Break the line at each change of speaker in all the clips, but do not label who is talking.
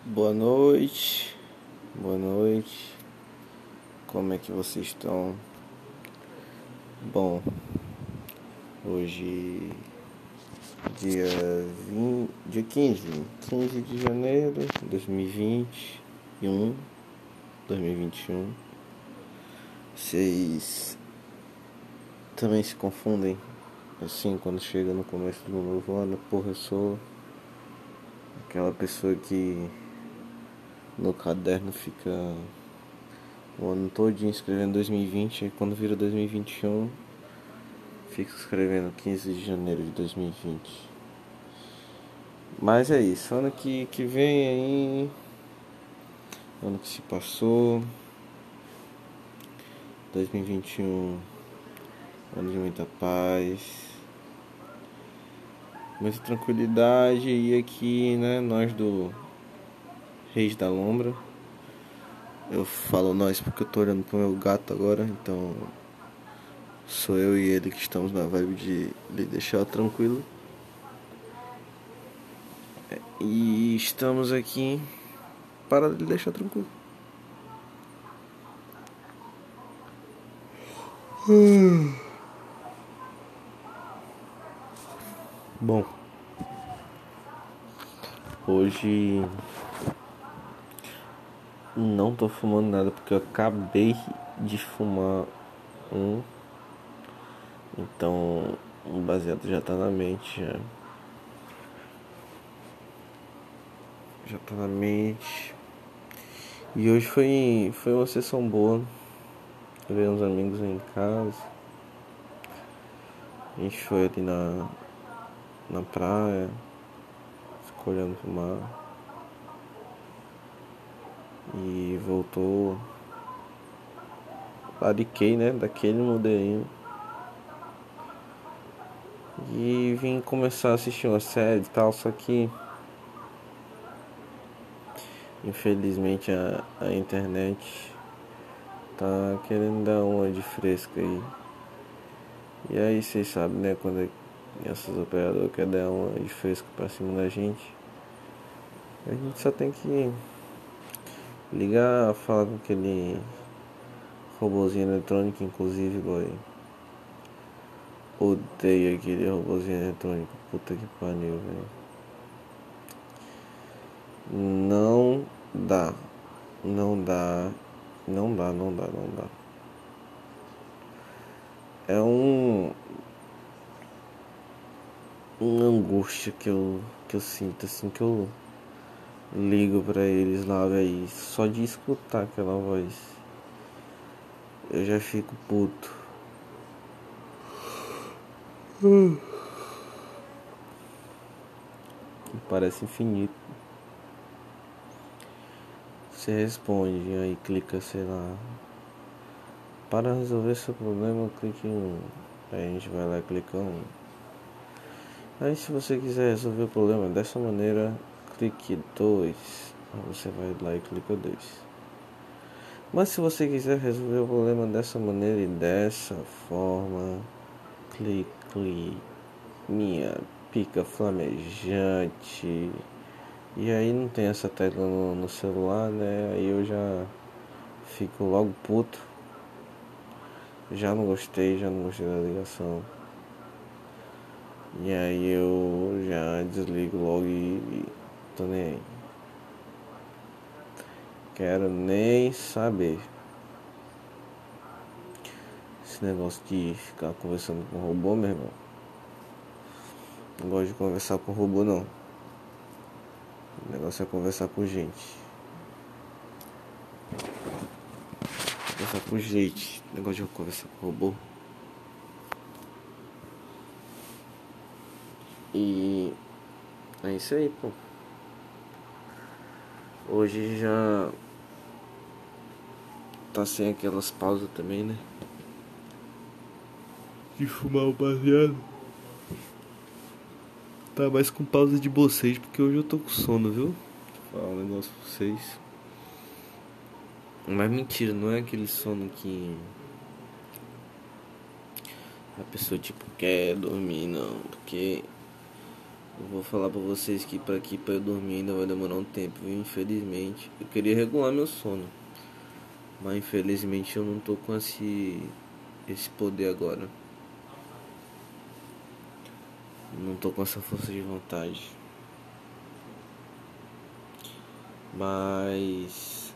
Boa noite, boa noite. Como é que vocês estão? Bom, hoje dia 15 de janeiro de 2021. Vocês também se confundem assim quando chega no começo do novo ano? Porra, eu sou aquela pessoa que no caderno fica o ano todinho escrevendo 2020, e quando vira 2021 fico escrevendo 15 de janeiro de 2020. Mas é isso, ano que vem aí, ano que se passou, 2021, ano de muita paz, muita tranquilidade. E aqui, né, nós do Reis da Lombra, eu falo nós porque eu tô olhando pro meu gato agora, então sou eu e ele que estamos na vibe de lhe deixar tranquilo. E estamos aqui para lhe deixar tranquilo. Bom, hoje não tô fumando nada porque eu acabei de fumar um. Então o baseado já tá na mente, já tá na mente. E hoje foi uma sessão boa. Veio uns amigos aí em casa. A gente foi ali na praia, ficou olhando pro mar. E voltou. Lariquei, né? Daquele modelinho. E vim começar a assistir uma série e tal, só que infelizmente a internet tá querendo dar uma de fresca aí. E aí vocês sabem, né, quando essas operadoras querem dar uma de fresca pra cima da gente, a gente só tem que ligar, falar com aquele robozinho eletrônico, inclusive, boy. Odeio aquele robozinho eletrônico, puta que pariu, velho. Não dá, não dá, não dá. É uma angústia que eu sinto assim que eu ligo pra eles lá, velho. Só de escutar aquela voz eu já fico puto. Parece infinito. Você responde, aí clica, sei lá. Para resolver seu problema, clique em 1. Aí a gente vai lá e clica em 1. Aí se você quiser resolver o problema dessa maneira, clique 2. Aí você vai lá e clica 2. Mas se você quiser resolver o problema dessa maneira e dessa forma, clique minha pica flamejante. E aí não tem essa tecla no celular, né? Aí eu já fico logo puto. Já não gostei da ligação. E aí eu já desligo logo e tô nem aí. Quero nem saber. Esse negócio de ficar conversando com robô, meu irmão. Não gosto de conversar com robô, não. O negócio é conversar com gente. Conversar com gente. Negócio de conversar com robô. E é isso aí, pô. Hoje já tá sem aquelas pausas também, né? De fumar o baseado. Tá mais com pausa de bocejo, porque hoje eu tô com sono, viu? Vou falar um negócio pra vocês. Mas mentira, não é aquele sono que a pessoa tipo quer dormir, não. Porque Eu vou falar pra vocês que pra eu dormir ainda vai demorar um tempo, viu? Infelizmente. Eu queria regular meu sono, mas infelizmente eu não tô com esse poder agora. Não tô com essa força de vontade. Mas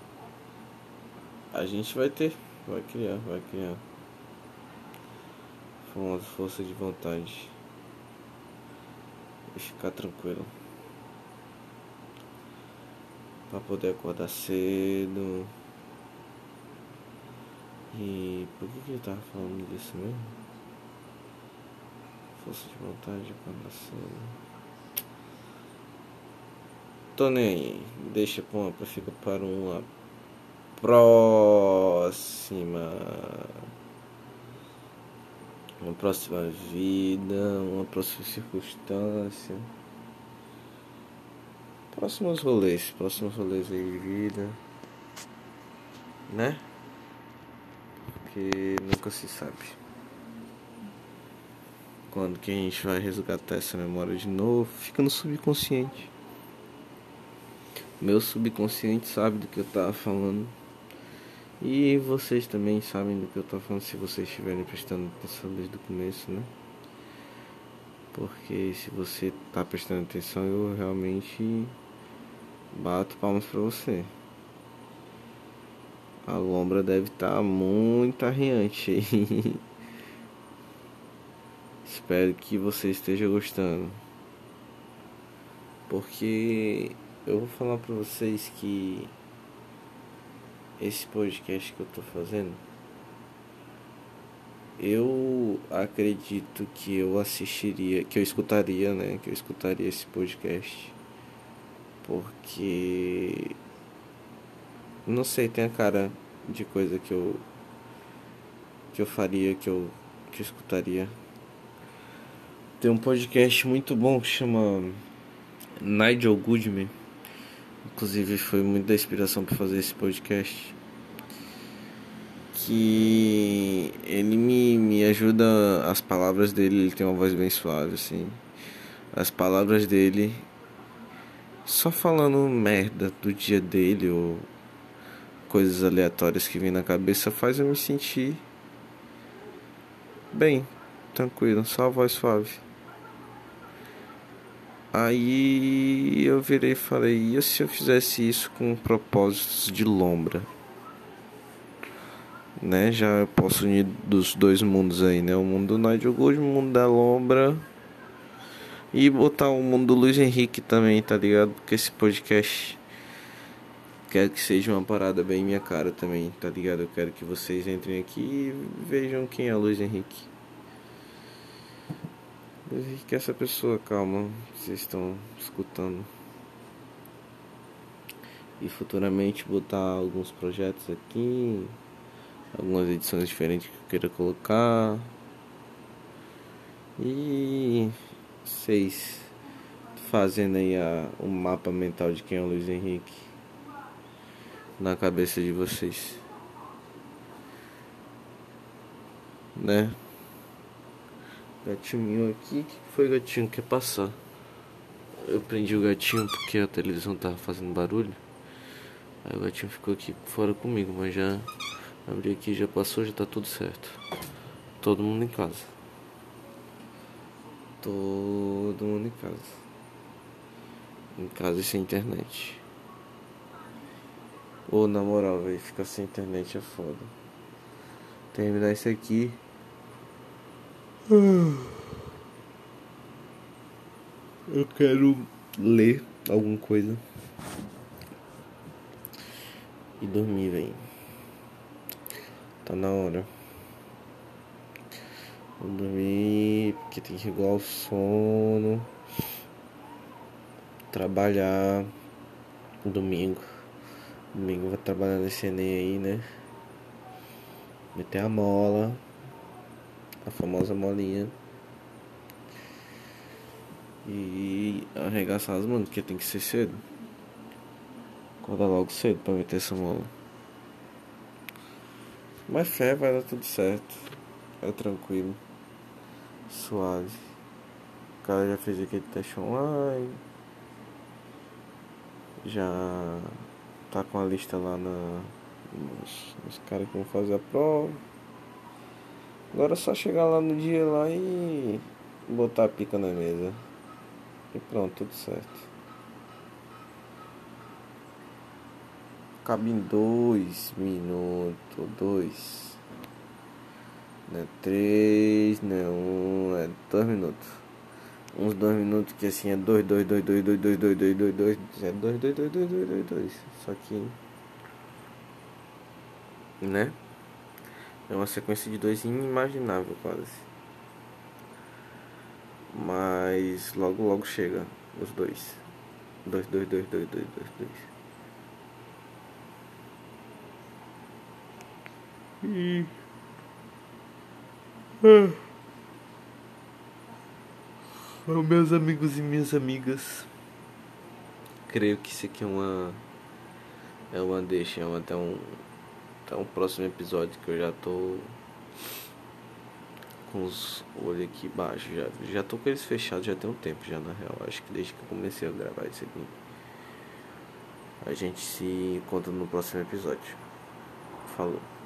a gente vai criar uma força de vontade e ficar tranquilo. Pra poder acordar cedo. E por que ele tava falando disso mesmo? Força de vontade, acordar cedo. Tô nem aí. Deixa pra ficar para uma próxima. Uma próxima vida, uma próxima circunstância. Próximos rolês aí de vida. Né? Porque nunca se sabe quando que a gente vai resgatar essa memória de novo. Fica no subconsciente. Meu subconsciente sabe do que eu tava falando. E vocês também sabem do que eu tô falando, se vocês estiverem prestando atenção desde o começo, né? Porque se você tá prestando atenção, eu realmente bato palmas pra você. A lombra deve estar muito arriante aí. Espero que você esteja gostando. Porque eu vou falar pra vocês que esse podcast que eu tô fazendo, eu acredito que eu assistiria, que eu escutaria, né? Que eu escutaria esse podcast. Porque não sei, tem a cara de coisa que eu faria, que eu escutaria. Tem um podcast muito bom que chama Nigel Goodman. Inclusive foi muito da inspiração para fazer esse podcast. Que ele me ajuda. As palavras dele, ele tem uma voz bem suave, assim. As palavras dele, só falando merda do dia dele ou coisas aleatórias que vem na cabeça, faz eu me sentir bem, tranquilo, só a voz suave. Aí eu virei e falei, e se eu fizesse isso com propósitos de lombra? Né, já eu posso unir dos dois mundos aí, né? O mundo do Nigel Gold, o mundo da lombra. E botar o mundo do Luiz Henrique também, tá ligado? Porque esse podcast quero que seja uma parada bem minha cara também, tá ligado? Eu quero que vocês entrem aqui e vejam quem é o Luiz Henrique. Luiz Henrique é essa pessoa calma que vocês estão escutando. E futuramente botar alguns projetos aqui, algumas edições diferentes que eu queira colocar. E vocês fazendo aí um mapa mental de quem é o Luiz Henrique na cabeça de vocês, né? Gatinho aqui, o que foi, gatinho? Quer passar? Eu prendi o gatinho porque a televisão tava fazendo barulho. Aí o gatinho ficou aqui fora comigo, mas já abri aqui, já passou, já tá tudo certo. Todo mundo em casa. Todo mundo em casa. Em casa e sem internet. Ô, na moral, velho, ficar sem internet é foda. Terminar isso aqui. Eu quero ler alguma coisa e dormir, velho. Tá na hora. Vou dormir porque tem que regular o sono. Trabalhar domingo. Domingo vou trabalhar nesse Enem aí, né? Meter a mola. A famosa molinha. E arregaçar as mãos, porque tem que ser cedo. Acordar logo cedo pra meter essa mola. Mas fé, vai dar tudo certo. É tranquilo. Suave. cara já fez aquele teste online. Já tá com a lista lá nos caras que vão fazer a prova. Agora é só chegar lá no dia lá e botar a pica na mesa. E pronto, tudo certo. Cabe em 2 minutos. 2. Não é 3, não é 1, é 2 minutos. Uns 2 minutos que assim é 2, 2, 2, 2, 2, 2, 2, 2, 2, 2. É 2, 2, 2, 2, 2, 2, 2. Só que, né? É uma sequência de 2 inimaginável quase. Mas logo logo chega os 2. 2, 2, 2, 2, 2, 2, 2. E... meus amigos e minhas amigas, creio que isso aqui é uma deixa, até um próximo episódio que eu já tô com os olhos aqui baixos, já tô com eles fechados já tem um tempo já, na real, acho que desde que eu comecei a gravar isso aqui. A gente se encontra no próximo episódio. Falou.